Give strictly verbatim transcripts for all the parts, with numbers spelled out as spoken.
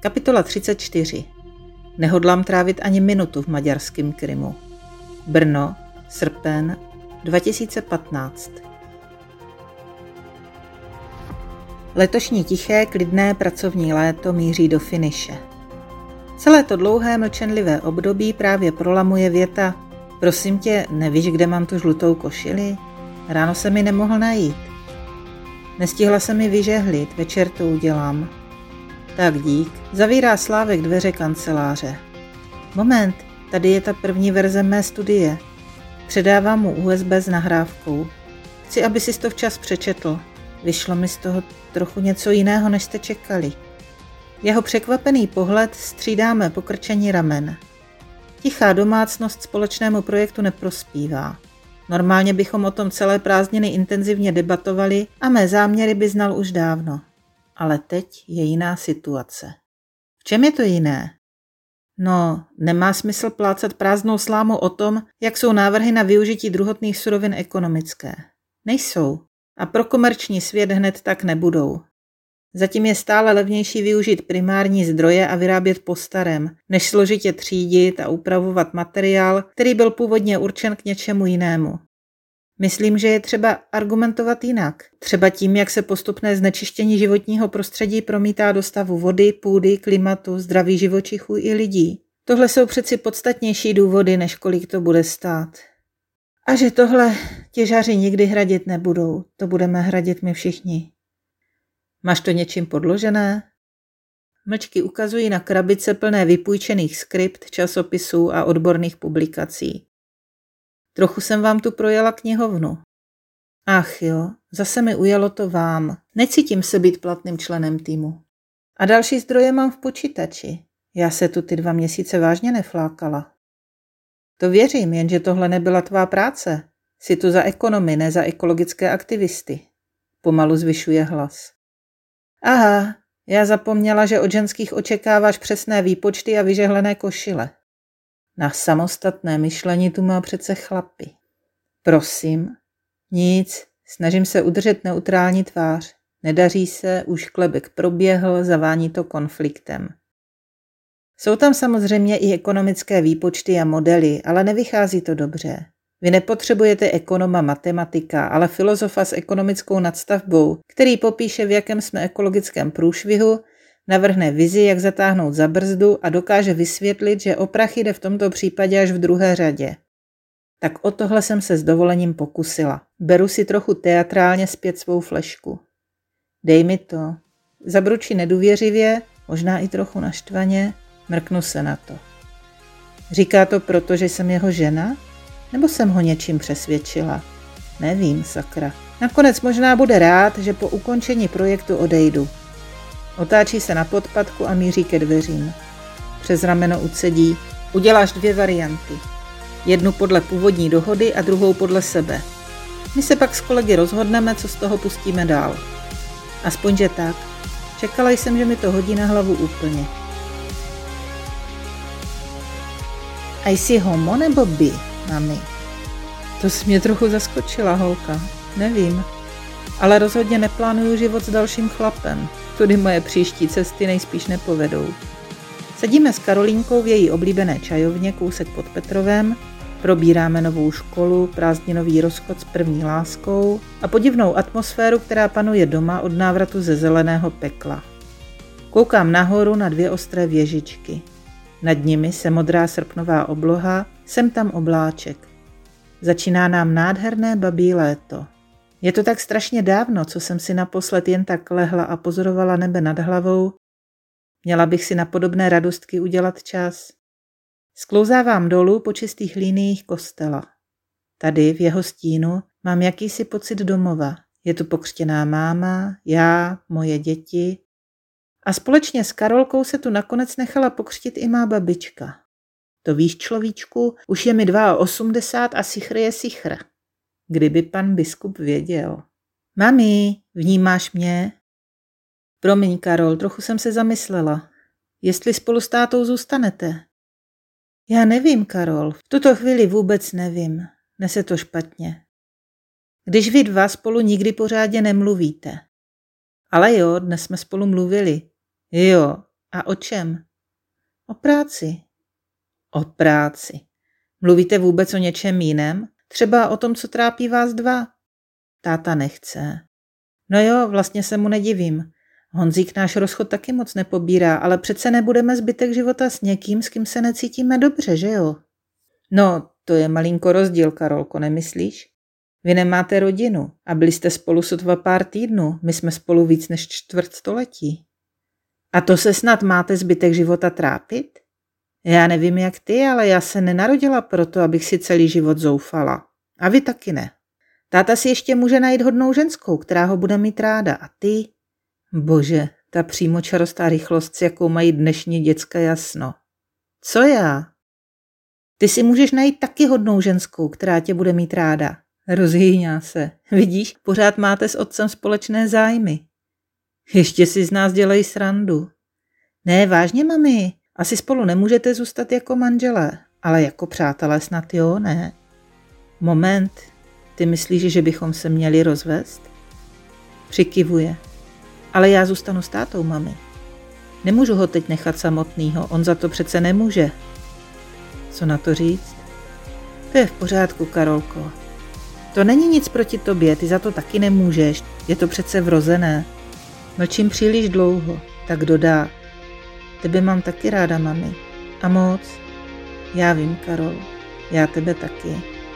Kapitola třicet čtyři. Nehodlám trávit ani minutu v maďarském Krymu. Brno, srpen dva tisíce patnáct. Letošní tiché, klidné pracovní léto míří do finiše. Celé to dlouhé mlčenlivé období právě prolamuje věta: prosím tě, nevíš, kde mám tu žlutou košili? Ráno se mi nemohl najít. Nestihla se mi vyžehlit, večer to udělám. Tak dík, zavírá Slávek dveře kanceláře. Moment, tady je ta první verze mé studie. Předávám mu U S B s nahrávkou. Chci, aby si to včas přečetl. Vyšlo mi z toho trochu něco jiného, než jste čekali. Jeho překvapený pohled střídáme pokrčení ramen. Tichá domácnost společnému projektu neprospívá. Normálně bychom o tom celé prázdniny intenzivně debatovali a mé záměry by znal už dávno. Ale teď je jiná situace. V čem je to jiné? No, nemá smysl plácat prázdnou slámu o tom, jak jsou návrhy na využití druhotných surovin ekonomické. Nejsou. A pro komerční svět hned tak nebudou. Zatím je stále levnější využít primární zdroje a vyrábět po starém, než složitě třídit a upravovat materiál, který byl původně určen k něčemu jinému. Myslím, že je třeba argumentovat jinak. Třeba tím, jak se postupné znečištění životního prostředí promítá do stavu vody, půdy, klimatu, zdraví živočichů i lidí. Tohle jsou přeci podstatnější důvody, než kolik to bude stát. A že tohle těžaři nikdy hradit nebudou, to budeme hradit my všichni. Máš to něčím podložené? Mlčky ukazují na krabice plné vypůjčených skript, časopisů a odborných publikací. Trochu jsem vám tu projela knihovnu. Ach jo, zase mi ujalo to vám. Necítím se být platným členem týmu. A další zdroje mám v počítači. Já se tu ty dva měsíce vážně neflákala. To věřím, jenže tohle nebyla tvá práce. Jsi tu za ekonomy, ne za ekologické aktivisty. Pomalu zvyšuje hlas. Aha, já zapomněla, že od ženských očekáváš přesné výpočty a vyžehlené košile. Na samostatné myšlení tu má přece chlapy. Prosím. Nic, snažím se udržet neutrální tvář. Nedaří se, už klebek proběhl, zavání to konfliktem. Jsou tam samozřejmě i ekonomické výpočty a modely, ale nevychází to dobře. Vy nepotřebujete ekonoma matematika, ale filozofa s ekonomickou nadstavbou, který popíše, v jakém jsme ekologickém průšvihu, navrhne vizi, jak zatáhnout za brzdu a dokáže vysvětlit, že o prach jde v tomto případě až v druhé řadě. Tak o tohle jsem se s dovolením pokusila. Beru si trochu teatrálně zpět svou flešku. Dej mi to. Zabručí nedůvěřivě, možná i trochu naštvaně, mrknu se na to. Říká to proto, že jsem jeho žena? Nebo jsem ho něčím přesvědčila? Nevím, sakra. Nakonec možná bude rád, že po ukončení projektu odejdu. Otáčí se na podpatku a míří ke dveřím. Přes rameno ucedí. Uděláš dvě varianty. Jednu podle původní dohody a druhou podle sebe. My se pak s kolegy rozhodneme, co z toho pustíme dál. Aspoň, že tak. Čekala jsem, že mi to hodí na hlavu úplně. A jsi homo nebo bi, mami? To jsi mě trochu zaskočila, holka. Nevím. Ale rozhodně neplánuju život s dalším chlapem. Tudy moje příští cesty nejspíš nepovedou. Sedíme s Karolínkou v její oblíbené čajovně kousek pod Petrovem, probíráme novou školu, prázdninový rozchod s první láskou a podivnou atmosféru, která panuje doma od návratu ze zeleného pekla. Koukám nahoru na dvě ostré věžičky. Nad nimi se modrá srpnová obloha, sem tam obláček. Začíná nám nádherné babí léto. Je to tak strašně dávno, co jsem si naposled jen tak lehla a pozorovala nebe nad hlavou. Měla bych si na podobné radostky udělat čas. Sklouzávám dolů po čistých liniích kostela. Tady v jeho stínu mám jakýsi pocit domova. Je tu pokřtěná máma, já, moje děti. A společně s Karolkou se tu nakonec nechala pokřtit i má babička. To víš, človíčku, už je mi osmdesát dva a sichr je sichr. Kdyby pan biskup věděl. Mami, vnímáš mě? Promiň, Karol, trochu jsem se zamyslela. Jestli spolu s tátou zůstanete? Já nevím, Karol, v tuto chvíli vůbec nevím. Nese to špatně. Když vy dva spolu nikdy pořádně nemluvíte. Ale jo, dnes jsme spolu mluvili. Jo, A o čem? O práci. O práci. Mluvíte vůbec o něčem jiném? Třeba o tom, co trápí vás dva? Táta nechce. No jo, vlastně se mu nedivím. Honzík náš rozchod taky moc nepobírá, ale přece nebudeme zbytek života s někým, s kým se necítíme dobře, že jo? No, to je malinko rozdíl, Karolko, nemyslíš? Vy nemáte rodinu a byli jste spolu sotva pár týdnů, my jsme spolu víc než čtvrt století. A to se snad máte zbytek života trápit? Já nevím jak ty, ale já se nenarodila proto, abych si celý život zoufala. A vy taky ne. Táta si ještě může najít hodnou ženskou, která ho bude mít ráda. A ty? Bože, ta přímočarostá rychlost, s jakou mají dnešní děcka jasno. Co já? Ty si můžeš najít taky hodnou ženskou, která tě bude mít ráda. Rozhýňá se. Vidíš, pořád máte s otcem společné zájmy. Ještě si z nás dělají srandu. Ne, vážně, mami. Asi spolu nemůžete zůstat jako manželé, ale jako přátelé snad jo, ne? Moment, ty myslíš, že bychom se měli rozvést? Přikivuje. Ale já zůstanu s tátou, mami. Nemůžu ho teď nechat samotnýho, on za to přece nemůže. Co na to říct? To je v pořádku, Karolko. To není nic proti tobě, ty za to taky nemůžeš, je to přece vrozené. Mlčím příliš dlouho, tak dodá. Tebe mám taky ráda, mami. A moc. Já vím, Karol, já tebe taky.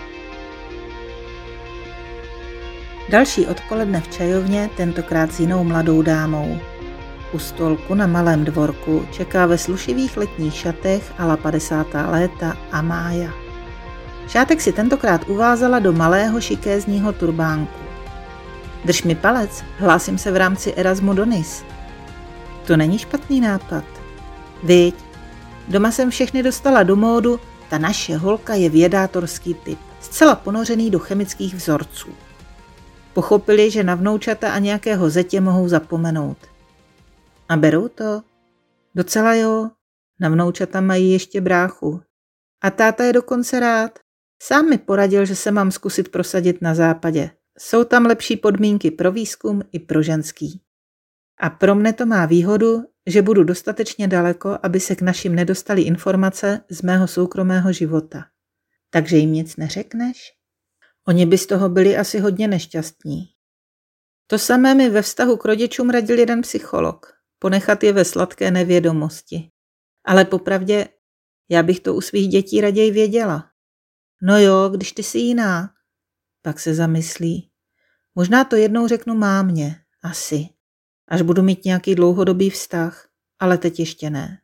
Další odpoledne v čajovně, tentokrát s jinou mladou dámou. U stolku na malém dvorku čeká ve slušivých letních šatech a la padesátá léta Amája. Šátek si tentokrát uvázala do malého šikézního turbánku. Drž mi palec, hlásím se v rámci Erasmu do Nice. To není špatný nápad. Viď, doma jsem všechny dostala do módu, ta naše holka je vědátorský typ, zcela ponořený do chemických vzorců. Pochopili, že na vnoučata a nějakého zetě mohou zapomenout. A berou to? Docela jo, na vnoučata mají ještě bráchu. A táta je dokonce rád. Sám mi poradil, že se mám zkusit prosadit na západě. Jsou tam lepší podmínky pro výzkum i pro ženský. A pro mne to má výhodu, že budu dostatečně daleko, aby se k našim nedostali informace z mého soukromého života. Takže jim nic neřekneš? Oni by z toho byli asi hodně nešťastní. To samé mi ve vztahu k rodičům radil jeden psycholog. Ponechat je ve sladké nevědomosti. Ale popravdě, já bych to u svých dětí raději věděla. No jo, když ty jsi jiná. Pak se zamyslí. Možná to jednou řeknu mámě. Asi. Až budu mít nějaký dlouhodobý vztah. Ale teď ještě ne.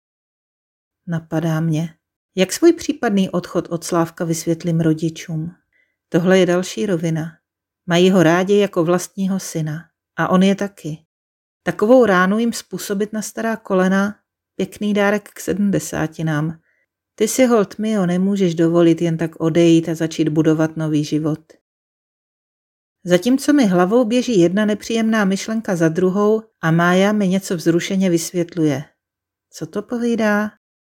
Napadá mě. Jak svůj případný odchod od Slávka vysvětlím rodičům? Tohle je další rovina. Mají ho rádi jako vlastního syna. A on je taky. Takovou ránu jim způsobit na stará kolena, pěkný dárek k sedmdesátinám. Ty si holt, Mio, nemůžeš dovolit jen tak odejít a začít budovat nový život. Zatímco mi hlavou běží jedna nepříjemná myšlenka za druhou a Mája mi něco vzrušeně vysvětluje. Co to povídá?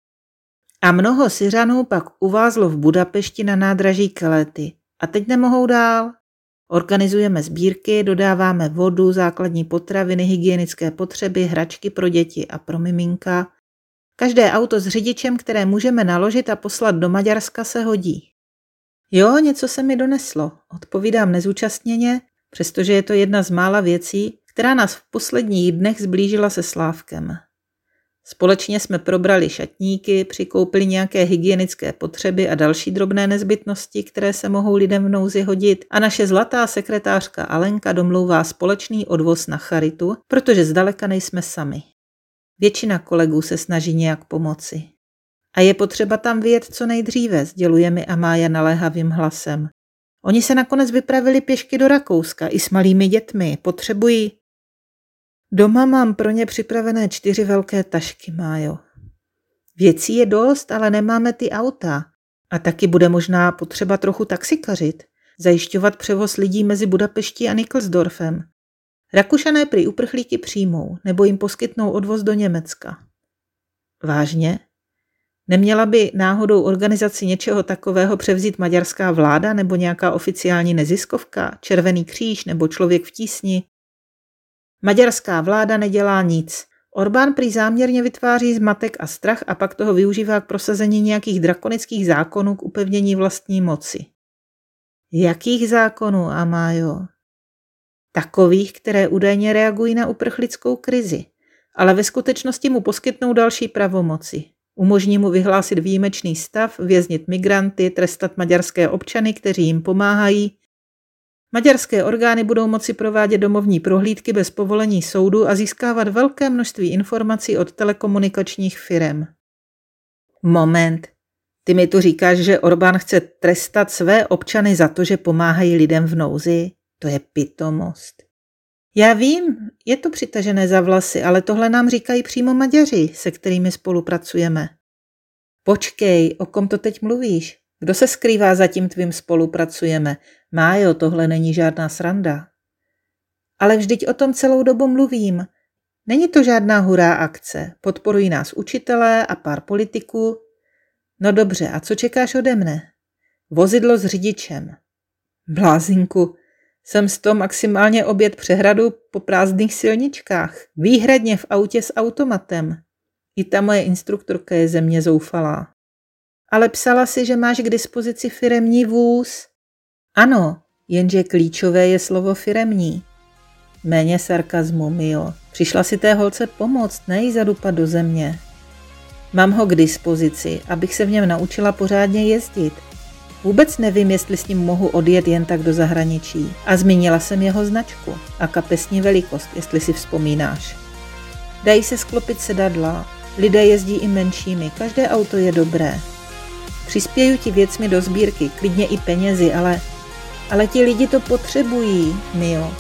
A mnoho Syřanů pak uvázlo v Budapešti na nádraží Kelety. A teď nemohou dál. Organizujeme sbírky, dodáváme vodu, základní potraviny, hygienické potřeby, hračky pro děti a pro miminka. Každé auto s řidičem, které můžeme naložit a poslat do Maďarska, se hodí. Jo, něco se mi doneslo, odpovídám nezúčastněně, přestože je to jedna z mála věcí, která nás v posledních dnech zblížila se Slávkem. Společně jsme probrali šatníky, přikoupili nějaké hygienické potřeby a další drobné nezbytnosti, které se mohou lidem v nouzi hodit, a naše zlatá sekretářka Alenka domlouvá společný odvoz na charitu, protože zdaleka nejsme sami. Většina kolegů se snaží nějak pomoci. A je potřeba tam vyjet co nejdříve, sděluje mi Amája naléhavým hlasem. Oni se nakonec vypravili pěšky do Rakouska i s malými dětmi, potřebují... Doma mám pro ně připravené čtyři velké tašky, Májo. Věcí je dost, ale nemáme ty auta. A taky bude možná potřeba trochu taxikařit, zajišťovat převoz lidí mezi Budapeští a Nickelsdorfem. Rakušané prý uprchlíky přijmou, nebo jim poskytnou odvoz do Německa. Vážně? Neměla by náhodou organizaci něčeho takového převzít maďarská vláda nebo nějaká oficiální neziskovka, Červený kříž nebo Člověk v tísni? Maďarská vláda nedělá nic. Orbán prý záměrně vytváří zmatek a strach a pak toho využívá k prosazení nějakých drakonických zákonů k upevnění vlastní moci. Jakých zákonů, Amájo? Takových, které údajně reagují na uprchlickou krizi, ale ve skutečnosti mu poskytnou další pravomoci. Umožní mu vyhlásit výjimečný stav, věznit migranty, trestat maďarské občany, kteří jim pomáhají. Maďarské orgány budou moci provádět domovní prohlídky bez povolení soudu a získávat velké množství informací od telekomunikačních firem. Moment, ty mi tu říkáš, že Orbán chce trestat své občany za to, že pomáhají lidem v nouzi? To je pitomost. Já vím, je to přitažené za vlasy, ale tohle nám říkají přímo Maďaři, se kterými spolupracujeme. Počkej, o kom to teď mluvíš? Kdo se skrývá za tím tvým spolupracujeme? Májo, tohle není žádná sranda. Ale vždyť o tom celou dobu mluvím. Není to žádná hurá akce. Podporují nás učitelé a pár politiků. No dobře, a co čekáš ode mne? Vozidlo s řidičem. Blázinku, jsem z toho maximálně obět přehradu po prázdných silničkách. Výhradně v autě s automatem. I ta moje instruktorka je ze mě zoufalá. Ale psala si, že máš k dispozici firemní vůz. Ano, jenže klíčové je slovo firemní. Méně sarkazmu, Mio. Přišla si té holce pomoct, ne jí zadupat do země. Mám ho k dispozici, abych se v něm naučila pořádně jezdit. Vůbec nevím, jestli s ním mohu odjet jen tak do zahraničí. A zmínila jsem jeho značku a kapesní velikost, jestli si vzpomínáš. Dají se sklopit sedadla, lidé jezdí i menšími, každé auto je dobré. Přispěju ti věcmi do sbírky, klidně i penězi, ale, ale ti lidi to potřebují, Mio.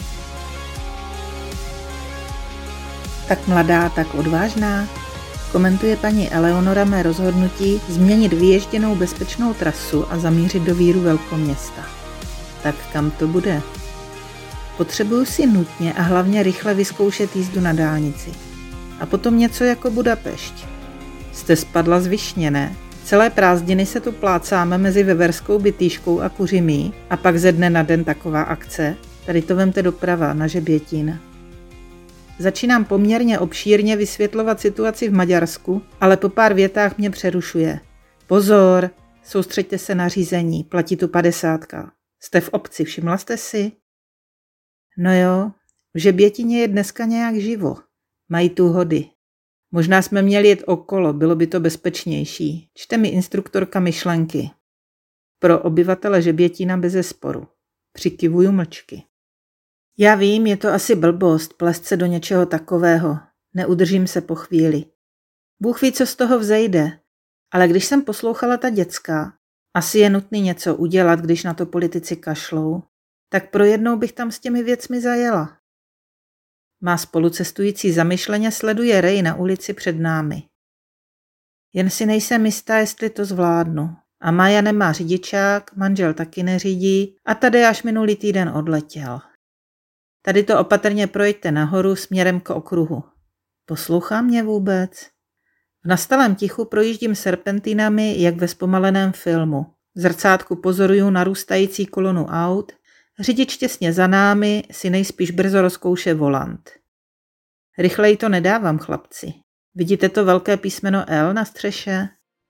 Tak mladá, tak odvážná, komentuje paní Eleonora mé rozhodnutí změnit vyježděnou bezpečnou trasu a zamířit do víru velkoměsta. Tak kam to bude? Potřebuju si nutně a hlavně rychle vyzkoušet jízdu na dálnici. A potom něco jako Budapešť. Jste spadla z Višně, ne? Celé prázdniny se tu plácáme mezi Veverskou Bytýškou a Kuřimí a pak ze dne na den taková akce. Tady to vemte doprava na Žebětín. Začínám poměrně obšírně vysvětlovat situaci v Maďarsku, ale po pár větách mě přerušuje. Pozor, soustřeďte se na řízení, platí tu padesátka. Jste v obci, všimla jste si? No jo, v Žebětíně je dneska nějak živo. Mají tu hody. Možná jsme měli jet okolo, bylo by to bezpečnější. Čte mi instruktorka myšlenky. Pro obyvatele Žebětína bezesporu. Přikivuju mlčky. Já vím, je to asi blbost, plést se do něčeho takového. Neudržím se po chvíli. Bůh ví, co z toho vzejde. Ale když jsem poslouchala ta děcka, asi je nutný něco udělat, když na to politici kašlou, tak pro jednou bych tam s těmi věcmi zajela. Má spolucestující zamyšleně sleduje Ray na ulici před námi. Jen si nejsem jistá, jestli to zvládnu. A Maja nemá řidičák, manžel taky neřídí a tady až minulý týden odletěl. Tady to opatrně projďte nahoru směrem k okruhu. Poslouchá mě vůbec? V nastalém tichu projíždím serpentinami, jak ve zpomaleném filmu. V zrcátku pozoruju narůstající kolonu aut. Řidič těsně za námi si nejspíš brzo rozkouše volant. Rychleji to nedávám, chlapci. Vidíte to velké písmeno L na střeše?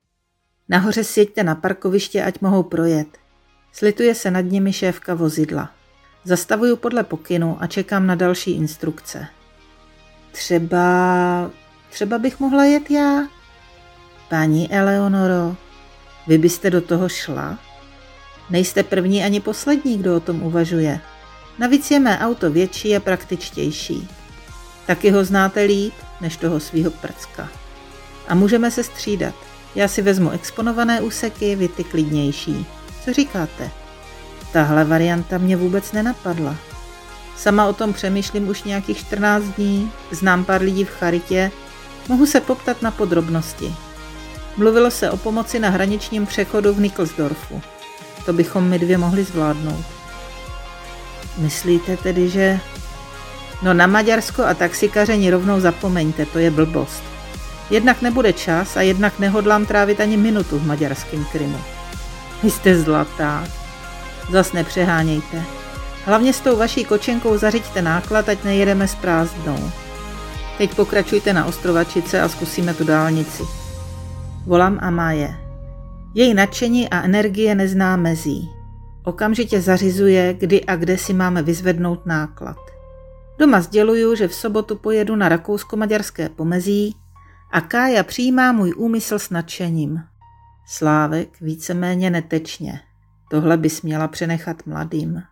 Nahoře sjeďte na parkoviště, ať mohou projet. Slituje se nad nimi šéfka vozidla. Zastavuju podle pokynu a čekám na další instrukce. Třeba... třeba bych mohla jet já? Paní Eleonoro, vy byste do toho šla? Nejste první ani poslední, kdo o tom uvažuje. Navíc je mé auto větší a praktičtější. Taky ho znáte líp, než toho svýho prcka. A můžeme se střídat. Já si vezmu exponované úseky, vy ty klidnější. Co říkáte? Tahle varianta mě vůbec nenapadla. Sama o tom přemýšlím už nějakých čtrnáct dní, znám pár lidí v charitě, mohu se poptat na podrobnosti. Mluvilo se o pomoci na hraničním přechodu v Nickelsdorfu. To bychom my dvě mohli zvládnout. Myslíte tedy, že... No na Maďarsko a taxikaření rovnou zapomeňte, to je blbost. Jednak nebude čas a jednak nehodlám trávit ani minutu v maďarském Krymu. Vy jste zlatá. Zas nepřehánějte. Hlavně s tou vaší kočenkou zařiďte náklad, ať nejedeme s prázdnou. Teď pokračujte na Ostrovačice a zkusíme tu dálnici. Volám Amaje. Její nadšení a energie nezná mezí. Okamžitě zařizuje, kdy a kde si máme vyzvednout náklad. Doma sděluju, že v sobotu pojedu na rakousko-maďarské pomezí a Kája přijímá můj úmysl s nadšením. Slávek víceméně netečně. Tohle bys měla přenechat mladým.